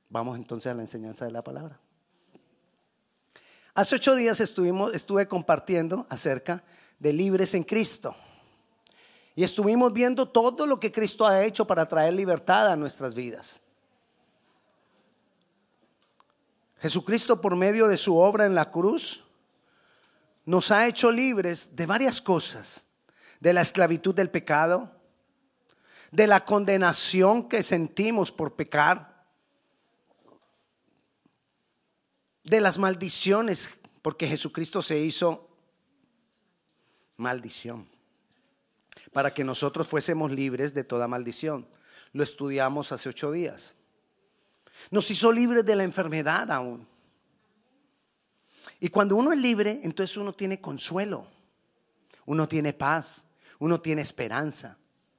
Vamos entonces a la enseñanza de la palabra. Hace 8 días estuve compartiendo acerca de libres en Cristo. Y estuvimos viendo todo lo que Cristo ha hecho para traer libertad a nuestras vidas. Jesucristo, por medio de su obra en la cruz, nos ha hecho libres de varias cosas. De la esclavitud del pecado, de la condenación que sentimos por pecar, de las maldiciones, porque Jesucristo se hizo maldición para que nosotros fuésemos libres de toda maldición. Lo estudiamos hace 8 días. Nos hizo libres de la enfermedad aún. Y cuando uno es libre, entonces uno tiene consuelo, uno tiene paz, uno tiene esperanza.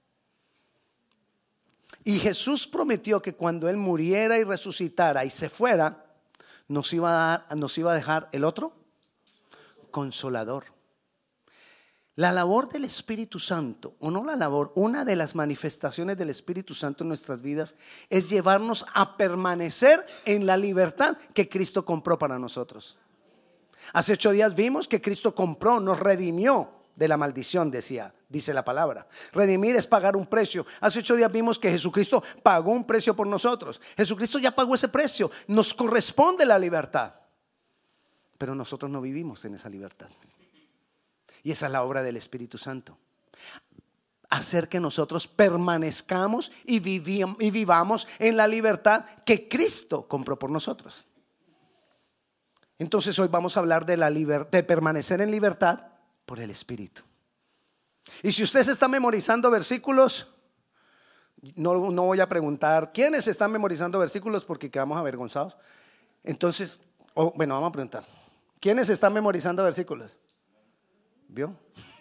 Y Jesús prometió que cuando Él muriera y resucitara y se fuera, nos iba a dejar el otro consolador. La labor del Espíritu Santo, o no la labor, una de las manifestaciones del Espíritu Santo en nuestras vidas es llevarnos a permanecer en la libertad que Cristo compró para nosotros. Hace 8 días vimos que Cristo compró, nos redimió de la maldición, dice la palabra. Redimir es pagar un precio. Hace 8 días vimos que Jesucristo pagó un precio por nosotros. Jesucristo ya pagó ese precio. Nos corresponde la libertad. Pero nosotros no vivimos en esa libertad. Y esa es la obra del Espíritu Santo. Hacer que nosotros permanezcamos y vivamos en la libertad que Cristo compró por nosotros. Entonces hoy vamos a hablar de permanecer en libertad por el Espíritu. Y si usted se está memorizando versículos, no voy a preguntar ¿quiénes están memorizando versículos? Porque quedamos avergonzados. Entonces, vamos a preguntar ¿quiénes están memorizando versículos? ¿Vio?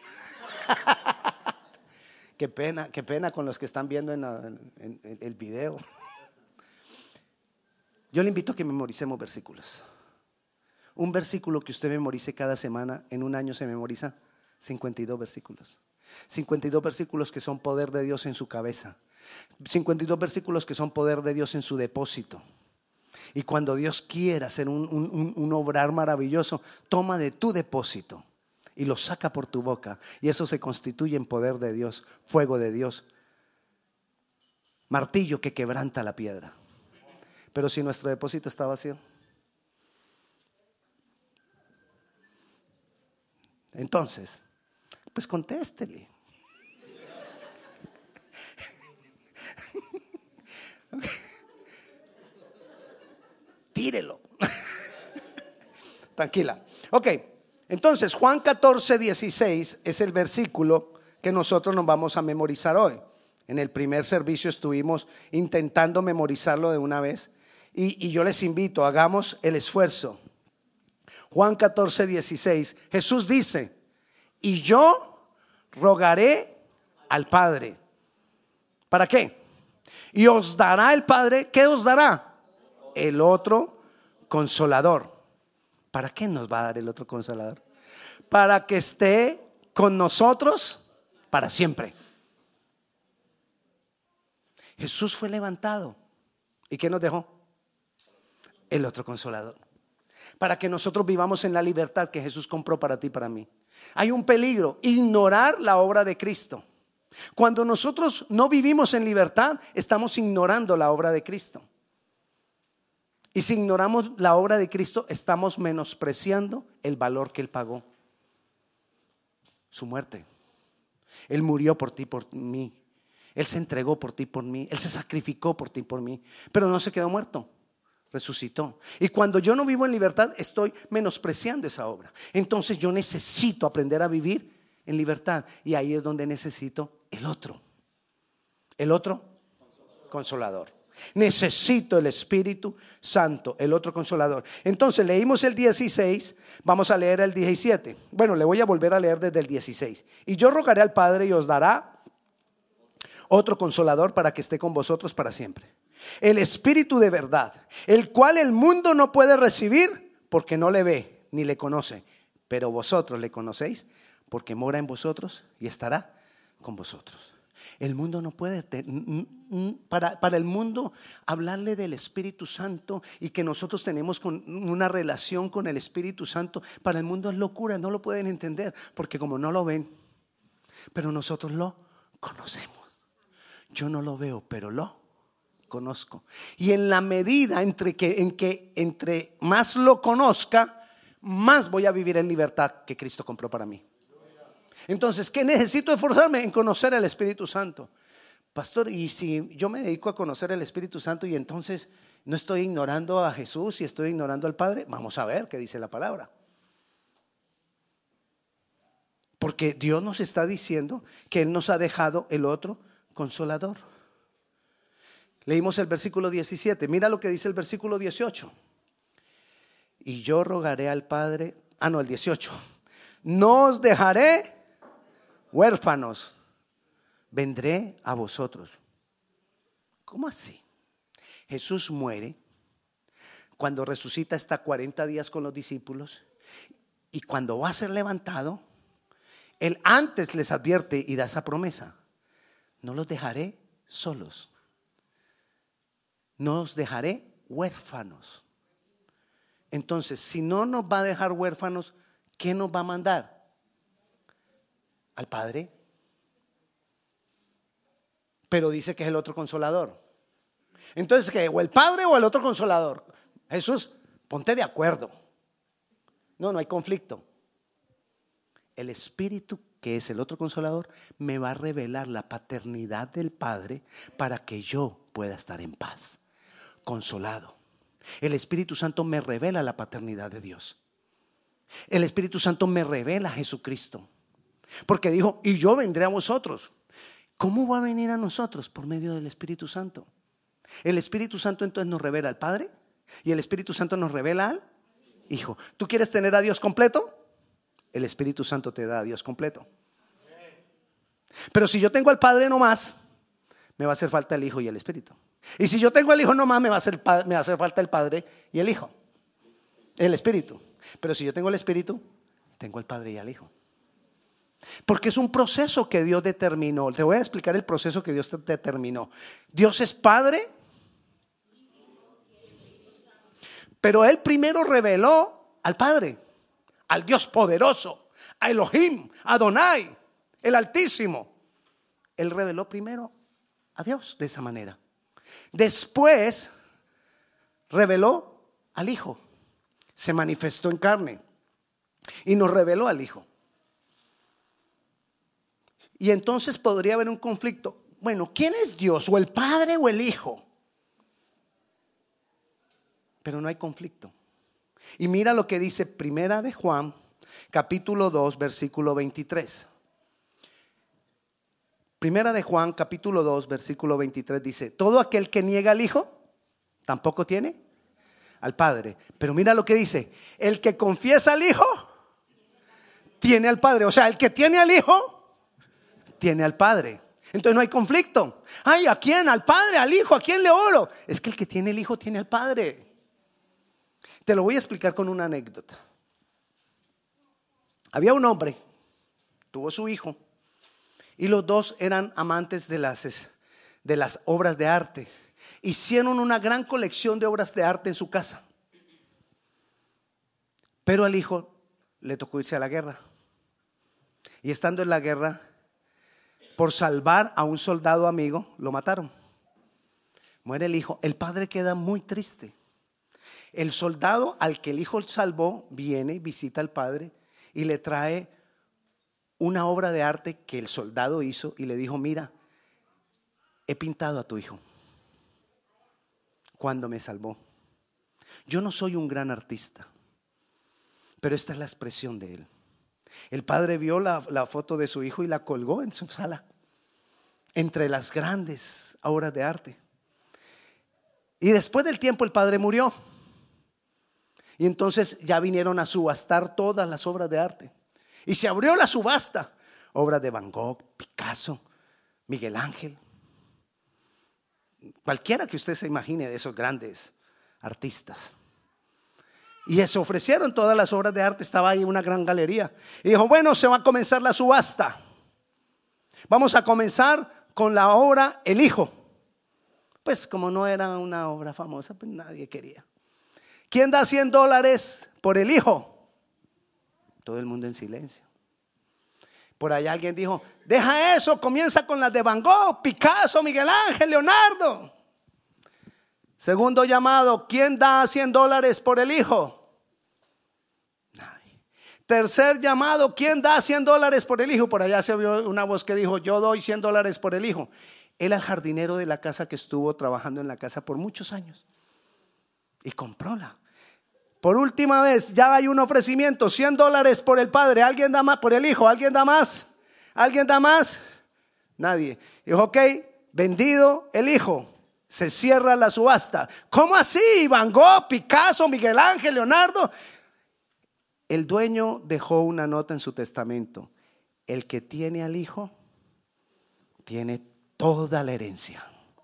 Qué pena con los que están viendo en el video. Yo le invito a que memoricemos versículos. Un versículo que usted memorice cada semana, en un año se memoriza 52 versículos. 52 versículos que son poder de Dios en su cabeza. 52 versículos que son poder de Dios en su depósito. Y cuando Dios quiera hacer un obrar maravilloso, toma de tu depósito y lo saca por tu boca. Y eso se constituye en poder de Dios, fuego de Dios, martillo que quebranta la piedra. Pero si nuestro depósito está vacío, entonces, pues contéstele. Tírelo. Tranquila. Ok, entonces Juan 14:16 es el versículo que nosotros nos vamos a memorizar hoy. En el primer servicio estuvimos intentando memorizarlo de una vez. Y yo les invito, hagamos el esfuerzo. Juan 14:16, Jesús dice: y yo rogaré al Padre. ¿Para qué? Y os dará el Padre, ¿qué os dará? El otro consolador. ¿Para qué nos va a dar el otro consolador? Para que esté con nosotros para siempre. Jesús fue levantado. ¿Y qué nos dejó? El otro consolador. Para que nosotros vivamos en la libertad que Jesús compró para ti y para mí. Hay un peligro: ignorar la obra de Cristo. Cuando nosotros no vivimos en libertad, estamos ignorando la obra de Cristo. Y si ignoramos la obra de Cristo, estamos menospreciando el valor que Él pagó. Su muerte. Él murió por ti, por mí. Él se entregó por ti, por mí. Él se sacrificó por ti, por mí. Pero no se quedó muerto. Resucitó. Y cuando yo no vivo en libertad, estoy menospreciando esa obra. Entonces yo necesito aprender a vivir en libertad. Y ahí es donde necesito el otro consolador. Necesito el Espíritu Santo, el otro consolador. Entonces leímos el 16, vamos a leer el 17. Bueno, le voy a volver a leer desde el 16. Y yo rogaré al Padre y os dará otro consolador para que esté con vosotros para siempre. El Espíritu de verdad, el cual el mundo no puede recibir porque no le ve ni le conoce. Pero vosotros le conocéis porque mora en vosotros y estará con vosotros. El mundo no puede, para el mundo hablarle del Espíritu Santo y que nosotros tenemos una relación con el Espíritu Santo, para el mundo es locura, no lo pueden entender porque como no lo ven, pero nosotros lo conocemos. Yo no lo veo, pero lo conozco. Y en la medida entre más lo conozca, más voy a vivir en libertad que Cristo compró para mí. Entonces, ¿qué necesito esforzarme? En conocer al Espíritu Santo. Pastor, y si yo me dedico a conocer al Espíritu Santo y entonces no estoy ignorando a Jesús y estoy ignorando al Padre, vamos a ver qué dice la palabra. Porque Dios nos está diciendo que Él nos ha dejado el otro consolador. Leímos el versículo 17, mira lo que dice el versículo 18. Y yo rogaré al Padre, el 18. No os dejaré huérfanos, vendré a vosotros. ¿Cómo así? Jesús muere, cuando resucita está 40 días con los discípulos y cuando va a ser levantado, Él antes les advierte y da esa promesa: no los dejaré solos, no os dejaré huérfanos. Entonces, si no nos va a dejar huérfanos, ¿qué nos va a mandar? Al Padre. Pero dice que es el otro consolador. Entonces, ¿qué? ¿O el Padre o el otro consolador? Jesús, ponte de acuerdo. No hay conflicto. El Espíritu, que es el otro consolador, me va a revelar la paternidad del Padre para que yo pueda estar en paz, consolado. El Espíritu Santo me revela la paternidad de Dios. El Espíritu Santo me revela a Jesucristo. Porque dijo, y yo vendré a vosotros. ¿Cómo va a venir a nosotros? Por medio del Espíritu Santo. El Espíritu Santo entonces nos revela al Padre y el Espíritu Santo nos revela al Hijo. ¿Tú quieres tener a Dios completo? El Espíritu Santo te da a Dios completo. Pero si yo tengo al Padre nomás, me va a hacer falta el Hijo y el Espíritu. Y si yo tengo al Hijo nomás, me va a hacer falta el Padre y el Hijo, el Espíritu. Pero si yo tengo el Espíritu, tengo al Padre y al Hijo. Porque es un proceso que Dios determinó. Te voy a explicar el proceso que Dios determinó. Dios es Padre, pero Él primero reveló al Padre, al Dios poderoso, a Elohim, a Adonai, el Altísimo. Él reveló primero a Dios de esa manera. Después reveló al Hijo. Se manifestó en carne y nos reveló al Hijo. Y entonces podría haber un conflicto. Bueno, ¿quién es Dios? ¿O el Padre o el Hijo? Pero no hay conflicto. Y mira lo que dice Primera de Juan, capítulo 2, versículo 23. Primera de Juan, capítulo 2, versículo 23 dice: todo aquel que niega al Hijo, tampoco tiene al Padre. Pero mira lo que dice: el que confiesa al Hijo, tiene al Padre. O sea, el que tiene al Hijo, tiene al Padre. Entonces no hay conflicto. Ay, ¿a quién? Al Padre, al Hijo, ¿a quién le oro? Es que el que tiene el Hijo tiene al Padre. Te lo voy a explicar con una anécdota. Había un hombre, tuvo su hijo, y los dos eran amantes de las obras de arte. Hicieron una gran colección de obras de arte en su casa. Pero al hijo le tocó irse a la guerra. Y estando en la guerra, por salvar a un soldado amigo, lo mataron. Muere el hijo. El padre queda muy triste. El soldado al que el hijo salvó viene, visita al padre y le trae una obra de arte que el soldado hizo y le dijo: mira, he pintado a tu hijo cuando me salvó. Yo no soy un gran artista, pero esta es la expresión de él. El padre vio la foto de su hijo y la colgó en su sala, entre las grandes obras de arte. Y después del tiempo el padre murió. Y entonces ya vinieron a subastar todas las obras de arte. Y se abrió la subasta. Obras de Van Gogh, Picasso, Miguel Ángel. Cualquiera que usted se imagine de esos grandes artistas. Y se ofrecieron todas las obras de arte. Estaba ahí una gran galería. Y dijo: bueno, se va a comenzar la subasta. Vamos a comenzar con la obra El Hijo. Pues como no era una obra famosa, pues nadie quería. ¿Quién da $100 por El Hijo? Todo el mundo en silencio. Por allá alguien dijo, deja eso, comienza con las de Van Gogh, Picasso, Miguel Ángel, Leonardo. Segundo llamado, ¿quién da $100 por El Hijo? Nadie. Tercer llamado, ¿quién da $100 por El Hijo? Por allá se oyó una voz que dijo, yo doy $100 por El Hijo. Él, el jardinero de la casa que estuvo trabajando en la casa por muchos años, y compróla. Por última vez, ya hay un ofrecimiento, $100 por el padre. ¿Alguien da más por el hijo? ¿Alguien da más? ¿Alguien da más? Nadie. Dijo, ok, vendido el hijo. Se cierra la subasta. ¿Cómo así? Van Gogh, Picasso, Miguel Ángel, Leonardo. El dueño dejó una nota en su testamento. El que tiene al hijo, tiene toda la herencia.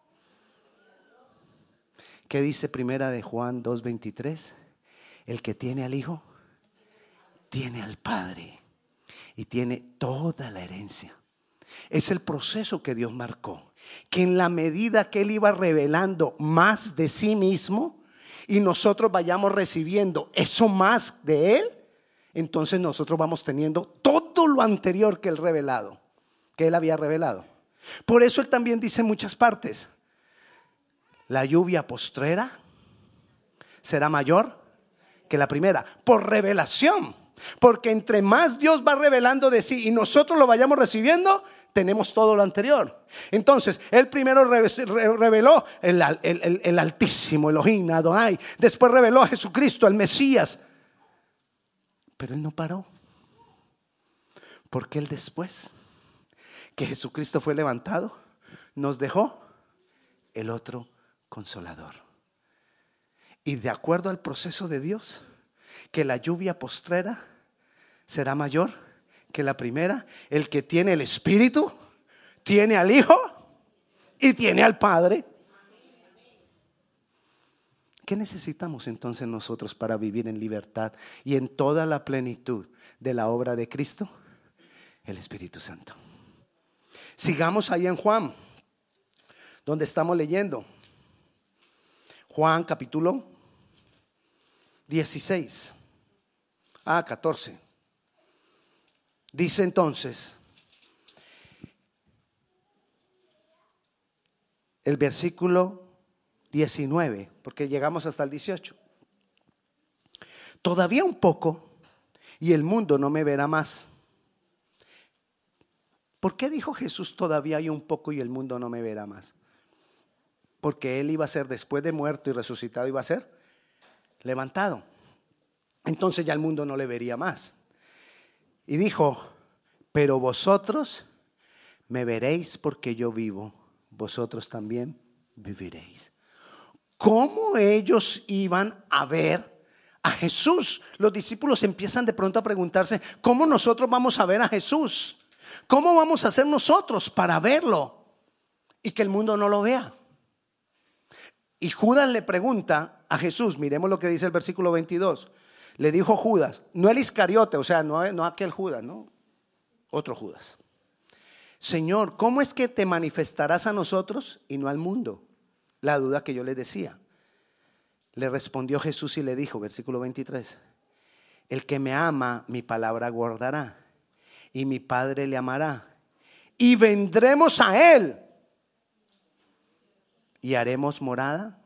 ¿Qué dice primera de Juan 2:23? El que tiene al Hijo, tiene al Padre y tiene toda la herencia. Es el proceso que Dios marcó, que en la medida que Él iba revelando más de sí mismo y nosotros vayamos recibiendo eso más de Él, entonces nosotros vamos teniendo todo lo anterior que Él revelado, que Él había revelado. Por eso Él también dice en muchas partes, la lluvia postrera será mayor que la primera, por revelación. Porque entre más Dios va revelando de sí y nosotros lo vayamos recibiendo, tenemos todo lo anterior. Entonces, Él primero reveló el Altísimo, Elohim, Adonai. Después reveló a Jesucristo, el Mesías. Pero Él no paró. Porque Él después que Jesucristo fue levantado, nos dejó el otro Consolador. Y de acuerdo al proceso de Dios, que la lluvia postrera será mayor que la primera. El que tiene el Espíritu, tiene al Hijo y tiene al Padre. ¿Qué necesitamos entonces nosotros para vivir en libertad y en toda la plenitud de la obra de Cristo? El Espíritu Santo. Sigamos ahí en Juan, donde estamos leyendo. Juan capítulo 16 a 14. Dice entonces el versículo 19, porque llegamos hasta el 18. Todavía un poco y el mundo no me verá más. ¿Por qué dijo Jesús todavía hay un poco y el mundo no me verá más? Porque Él iba a ser, después de muerto y resucitado, iba a ser levantado. Entonces ya el mundo no le vería más. Y dijo, pero vosotros me veréis porque yo vivo, vosotros también viviréis. ¿Cómo ellos iban a ver a Jesús? Los discípulos empiezan de pronto a preguntarse, ¿cómo nosotros vamos a ver a Jesús? ¿Cómo vamos a hacer nosotros para verlo y que el mundo no lo vea? Y Judas le pregunta a Jesús, miremos lo que dice el versículo 22. Le dijo Judas, no el Iscariote, o sea, no aquel Judas, no, otro Judas. Señor, ¿cómo es que te manifestarás a nosotros y no al mundo? La duda que yo les decía. Le respondió Jesús y le dijo, versículo 23, el que me ama, mi palabra guardará, y mi Padre le amará, y vendremos a Él, y haremos morada.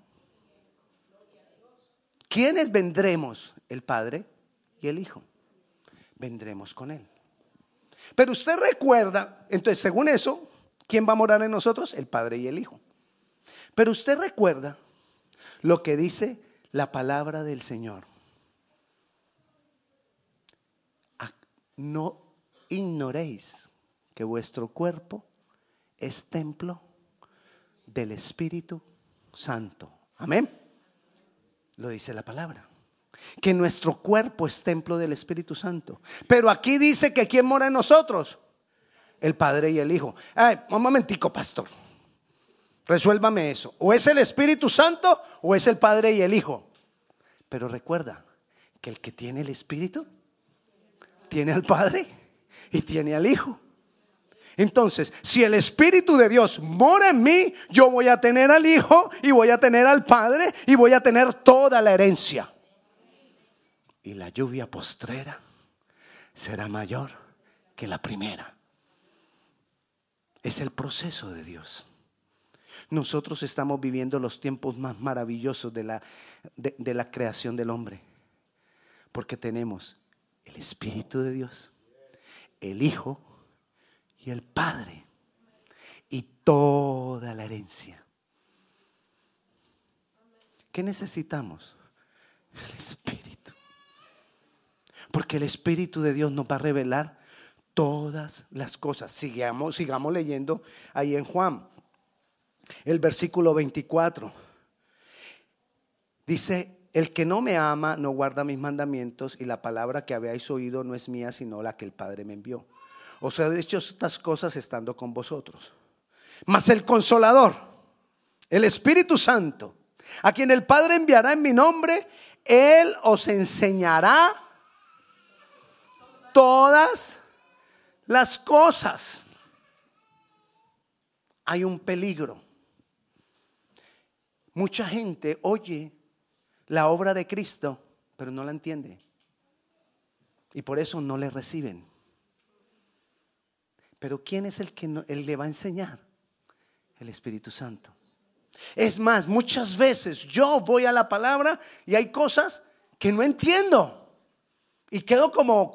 ¿Quiénes vendremos? El Padre y el Hijo. Vendremos con Él. Pero usted recuerda, entonces según eso, ¿quién va a morar en nosotros? El Padre y el Hijo. Pero usted recuerda lo que dice la palabra del Señor. No ignoréis que vuestro cuerpo es templo del Espíritu Santo. Amén. Lo dice la palabra. Que nuestro cuerpo es templo del Espíritu Santo. Pero aquí dice que ¿quién mora en nosotros? El Padre y el Hijo. Un momentico, pastor. Resuélvame eso. O es el Espíritu Santo o es el Padre y el Hijo. Pero recuerda que el que tiene el Espíritu tiene al Padre y tiene al Hijo. Entonces, si el Espíritu de Dios mora en mí, yo voy a tener al Hijo y voy a tener al Padre y voy a tener toda la herencia. Y la lluvia postrera será mayor que la primera. Es el proceso de Dios. Nosotros estamos viviendo los tiempos más maravillosos de la creación del hombre, porque tenemos el Espíritu de Dios, el Hijo y el Padre, y toda la herencia. ¿Qué necesitamos? El Espíritu. Porque el Espíritu de Dios nos va a revelar todas las cosas. Sigamos leyendo ahí en Juan, el versículo 24. Dice: el que no me ama no guarda mis mandamientos, y la palabra que habéis oído no es mía, sino la que el Padre me envió. Os he dicho estas cosas estando con vosotros. Mas el Consolador, el Espíritu Santo, a quien el Padre enviará en mi nombre, Él os enseñará todas las cosas. Hay un peligro. Mucha gente oye la obra de Cristo, pero no la entiende. Y por eso no le reciben. Pero ¿quién es el que él le va a enseñar? El Espíritu Santo. Es más, muchas veces yo voy a la palabra y hay cosas que no entiendo. Y quedo como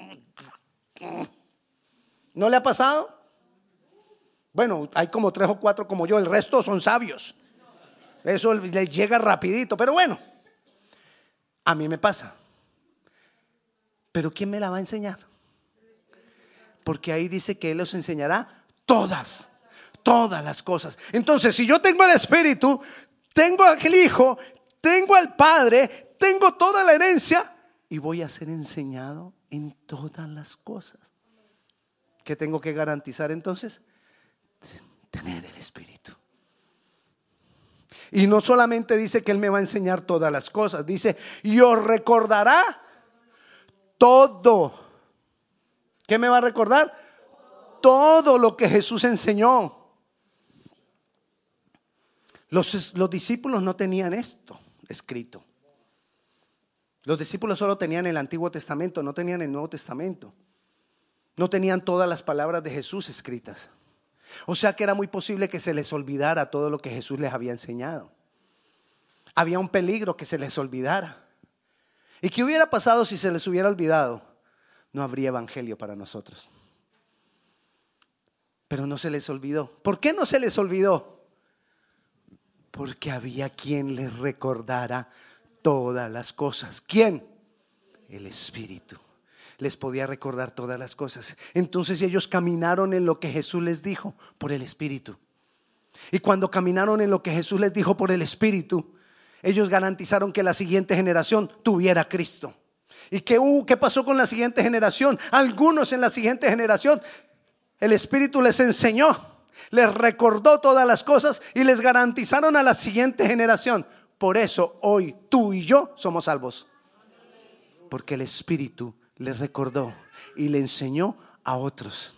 ¿no le ha pasado? Bueno, hay como 3 o 4 como yo, el resto son sabios. Eso les llega rapidito, pero bueno, a mí me pasa. Pero ¿quién me la va a enseñar? Porque ahí dice que Él os enseñará todas las cosas. Entonces, si yo tengo el Espíritu, tengo al Hijo, tengo al Padre, tengo toda la herencia, y voy a ser enseñado en todas las cosas. ¿Qué tengo que garantizar entonces? Tener el Espíritu. Y no solamente dice que Él me va a enseñar todas las cosas, dice: y os recordará todo. ¿Qué me va a recordar? Todo lo que Jesús enseñó. Los discípulos no tenían esto escrito. Los discípulos solo tenían el Antiguo Testamento, no tenían el Nuevo Testamento. No tenían todas las palabras de Jesús escritas. O sea que era muy posible que se les olvidara todo lo que Jesús les había enseñado. Había un peligro que se les olvidara. ¿Y qué hubiera pasado si se les hubiera olvidado? No habría evangelio para nosotros. Pero no se les olvidó. ¿Por qué no se les olvidó? Porque había quien les recordara todas las cosas. ¿Quién? El Espíritu. Les podía recordar todas las cosas. Entonces ellos caminaron en lo que Jesús les dijo por el Espíritu. Y cuando caminaron en lo que Jesús les dijo por el Espíritu, ellos garantizaron que la siguiente generación tuviera a Cristo. ¿Y qué pasó con la siguiente generación? Algunos en la siguiente generación, el Espíritu les enseñó, les recordó todas las cosas y les garantizaron a la siguiente generación. Por eso hoy tú y yo somos salvos, porque el Espíritu les recordó y le enseñó a otros.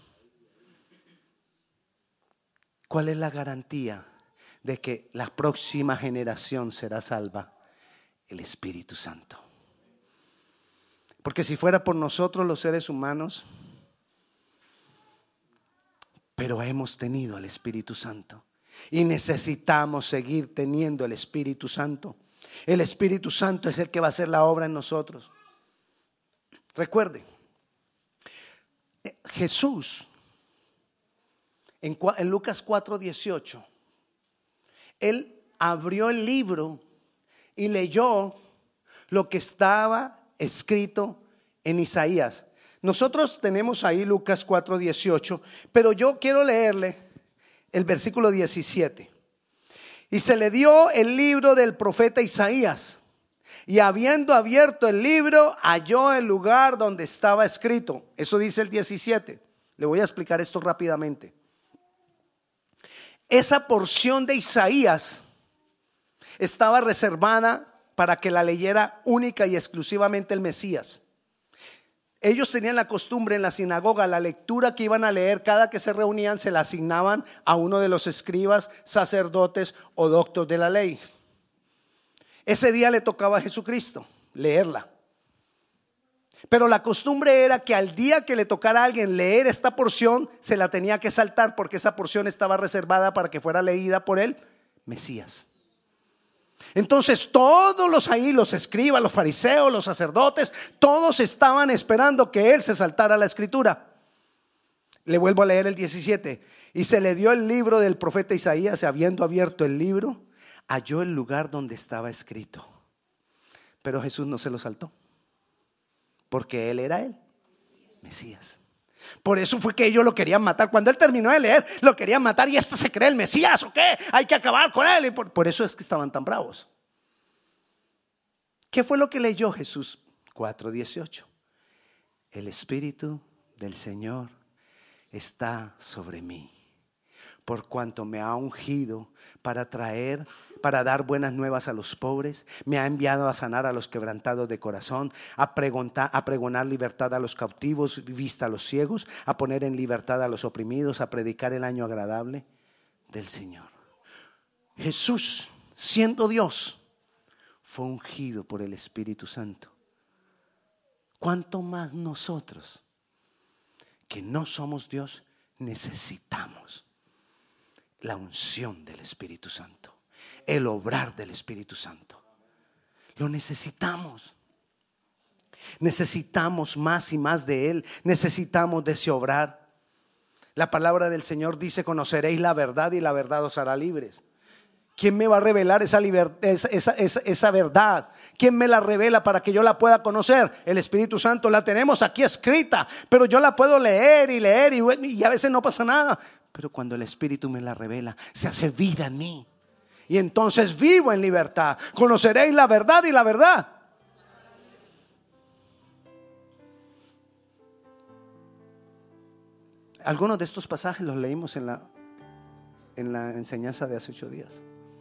¿Cuál es la garantía de que la próxima generación será salva? El Espíritu Santo. Porque si fuera por nosotros los seres humanos, pero hemos tenido al Espíritu Santo y necesitamos seguir teniendo el Espíritu Santo. El Espíritu Santo es el que va a hacer la obra en nosotros. Recuerde, Jesús en Lucas 4:18, Él abrió el libro y leyó lo que estaba escrito en Isaías. Nosotros tenemos ahí Lucas 4:18, pero yo quiero leerle el versículo 17. Y se le dio el libro del profeta Isaías, y habiendo abierto el libro, halló el lugar donde estaba escrito. Eso dice el 17. Le voy a explicar esto rápidamente. Esa porción de Isaías estaba reservada para que la leyera única y exclusivamente el Mesías. Ellos tenían la costumbre en la sinagoga, la lectura que iban a leer cada que se reunían se la asignaban a uno de los escribas, sacerdotes o doctos de la ley. Ese día le tocaba a Jesucristo leerla. Pero la costumbre era que al día que le tocara a alguien leer esta porción, se la tenía que saltar, porque esa porción estaba reservada para que fuera leída por el Mesías. Entonces todos los escribas, los fariseos, los sacerdotes, todos estaban esperando que él se saltara la escritura. Le vuelvo a leer el 17. Y se le dio el libro del profeta Isaías, y habiendo abierto el libro, halló el lugar donde estaba escrito. Pero Jesús no se lo saltó, porque él era el Mesías. Por eso fue que ellos lo querían matar. Cuando él terminó de leer, lo querían matar. ¿Y este se cree el Mesías o qué? Hay que acabar con él. Y por eso es que estaban tan bravos. ¿Qué fue lo que leyó Jesús? 4:18. El Espíritu del Señor está sobre mí, por cuanto me ha ungido para dar buenas nuevas a los pobres, me ha enviado a sanar a los quebrantados de corazón, a pregonar libertad a los cautivos, vista a los ciegos, a poner en libertad a los oprimidos, a predicar el año agradable del Señor. Jesús, siendo Dios, fue ungido por el Espíritu Santo. ¿Cuánto más nosotros, que no somos Dios, necesitamos la unción del Espíritu Santo, el obrar del Espíritu Santo? Lo necesitamos. Necesitamos más y más de Él. Necesitamos de ese obrar. La palabra del Señor dice: conoceréis la verdad y la verdad os hará libres. ¿Quién me va a revelar esa verdad? ¿Quién me la revela para que yo la pueda conocer? El Espíritu Santo. La tenemos aquí escrita, pero yo la puedo leer y a veces no pasa nada. Pero cuando el Espíritu me la revela, se hace vida en mí. Y entonces vivo en libertad. Conoceréis la verdad y la verdad. Algunos de estos pasajes los leímos en la enseñanza de hace 8 días.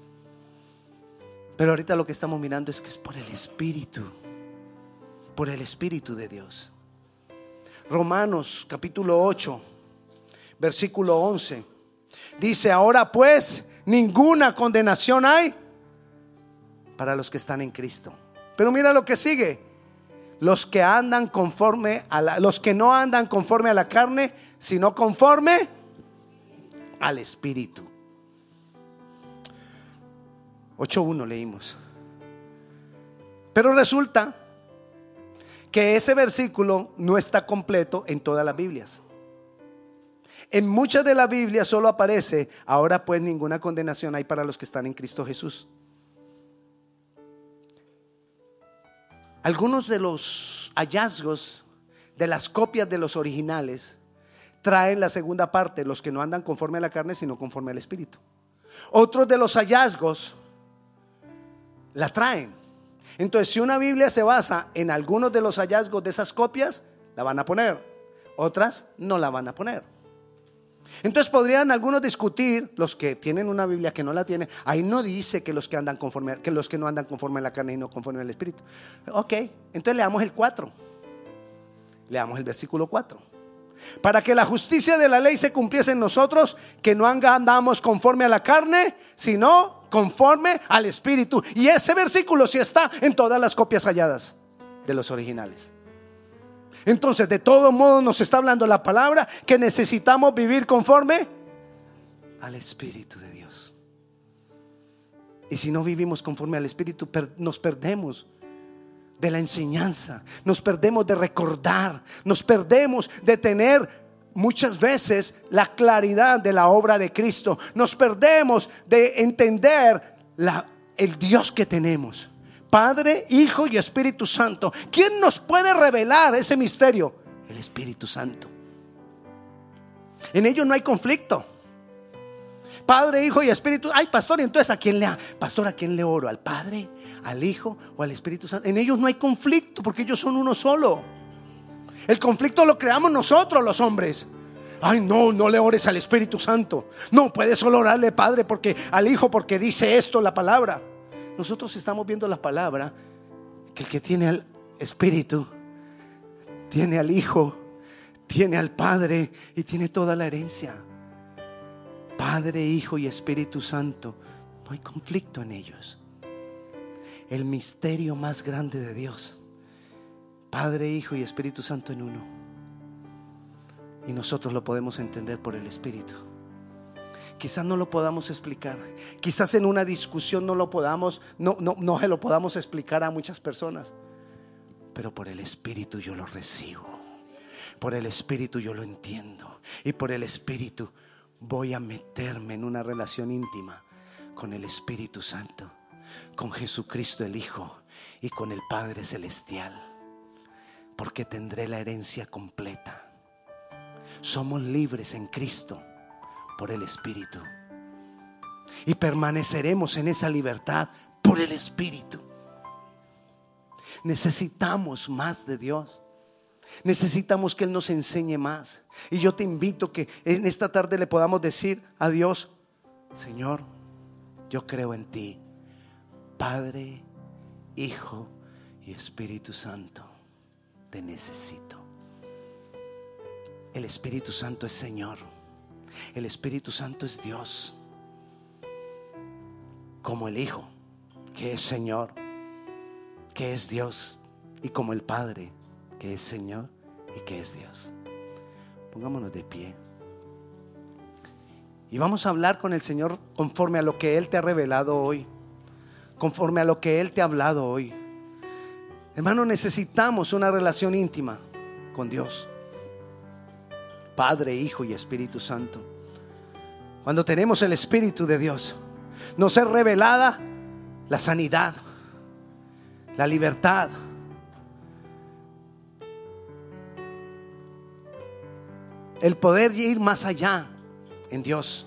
Pero ahorita lo que estamos mirando es que es por el Espíritu de Dios. Romanos capítulo 8, versículo 11. Dice: ahora pues ninguna condenación hay para los que están en Cristo. Pero mira lo que sigue: los que no andan conforme a la carne, sino conforme al Espíritu. 8:1 leímos. Pero resulta que ese versículo no está completo en todas las Biblias. En muchas de las Biblias solo aparece: ahora pues ninguna condenación hay para los que están en Cristo Jesús. Algunos de los hallazgos de las copias de los originales traen la segunda parte: los que no andan conforme a la carne, sino conforme al Espíritu. Otros de los hallazgos la traen. Entonces, si una Biblia se basa en algunos de los hallazgos de esas copias, la van a poner. Otras no la van a poner. Entonces podrían algunos discutir, los que tienen una Biblia que no la tienen: ahí no dice que los que no andan conforme a la carne y no conforme al Espíritu. Ok, entonces leamos el 4. Leamos el versículo 4. Para que la justicia de la ley se cumpliese en nosotros, que no andamos conforme a la carne, sino conforme al Espíritu. Y ese versículo sí está en todas las copias halladas de los originales. Entonces, de todo modo nos está hablando la palabra que necesitamos vivir conforme al Espíritu de Dios. Y si no vivimos conforme al Espíritu, nos perdemos de la enseñanza, nos perdemos de recordar, nos perdemos de tener muchas veces la claridad de la obra de Cristo, nos perdemos de entender el Dios que tenemos: Padre, Hijo y Espíritu Santo. ¿Quién nos puede revelar ese misterio? El Espíritu Santo. En ellos no hay conflicto. Padre, Hijo y Espíritu. Ay, pastor, entonces ¿a quién le oro? ¿Al Padre, al Hijo o al Espíritu Santo? En ellos no hay conflicto, porque ellos son uno solo. El conflicto lo creamos nosotros los hombres. Ay, no le ores al Espíritu Santo. No puedes solo orarle Padre al Hijo porque dice esto la palabra. Nosotros estamos viendo la palabra, que el que tiene el Espíritu tiene al Hijo, tiene al Padre y tiene toda la herencia. Padre, Hijo y Espíritu Santo, no hay conflicto en ellos. El misterio más grande de Dios, Padre, Hijo y Espíritu Santo en uno. Y nosotros lo podemos entender por el Espíritu. Quizás no lo podamos explicar. Quizás en una discusión no se lo podamos explicar a muchas personas. Pero por el Espíritu yo lo recibo. Por el Espíritu yo lo entiendo. Y por el Espíritu voy a meterme en una relación íntima con el Espíritu Santo, con Jesucristo el Hijo y con el Padre Celestial. Porque tendré la herencia completa. Somos libres en Cristo por el Espíritu. Y permaneceremos en esa libertad por el Espíritu. Necesitamos más de Dios. Necesitamos que Él nos enseñe más. Y yo te invito que en esta tarde le podamos decir a Dios: Señor, yo creo en ti, Padre, Hijo y Espíritu Santo. Te necesito. El Espíritu Santo es Señor. El Espíritu Santo es Dios. Como el Hijo, que es Señor, que es Dios, y como el Padre, que es Señor y que es Dios. Pongámonos de pie y vamos a hablar con el Señor conforme a lo que Él te ha revelado hoy, conforme a lo que Él te ha hablado hoy. Hermano, necesitamos una relación íntima con Dios, Padre, Hijo y Espíritu Santo. Cuando tenemos el Espíritu de Dios, nos es revelada la sanidad, la libertad, el poder ir más allá en Dios.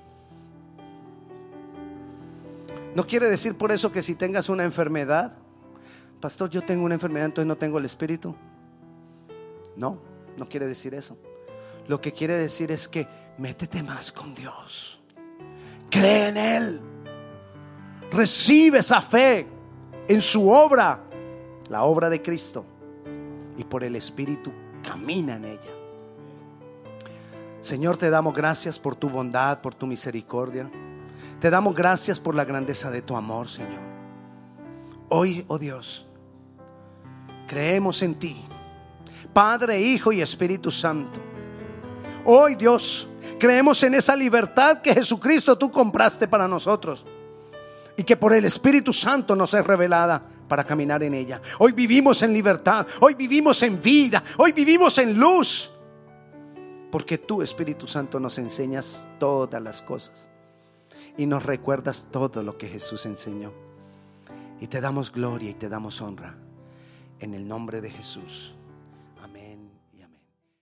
No quiere decir por eso que si tengas una enfermedad: pastor, yo tengo una enfermedad, entonces no tengo el Espíritu. No quiere decir eso. Lo que quiere decir es que métete más con Dios. Cree en Él. Recibe esa fe en su obra, la obra de Cristo, y por el Espíritu camina en ella. Señor, te damos gracias por tu bondad, por tu misericordia. Te damos gracias por la grandeza de tu amor, Señor. Hoy, oh Dios, creemos en ti, Padre, Hijo y Espíritu Santo. Hoy, Dios, creemos en esa libertad que Jesucristo tú compraste para nosotros y que por el Espíritu Santo nos es revelada para caminar en ella. Hoy vivimos en libertad, hoy vivimos en vida, hoy vivimos en luz, porque tú, Espíritu Santo, nos enseñas todas las cosas y nos recuerdas todo lo que Jesús enseñó. Y te damos gloria y te damos honra en el nombre de Jesús. Amén.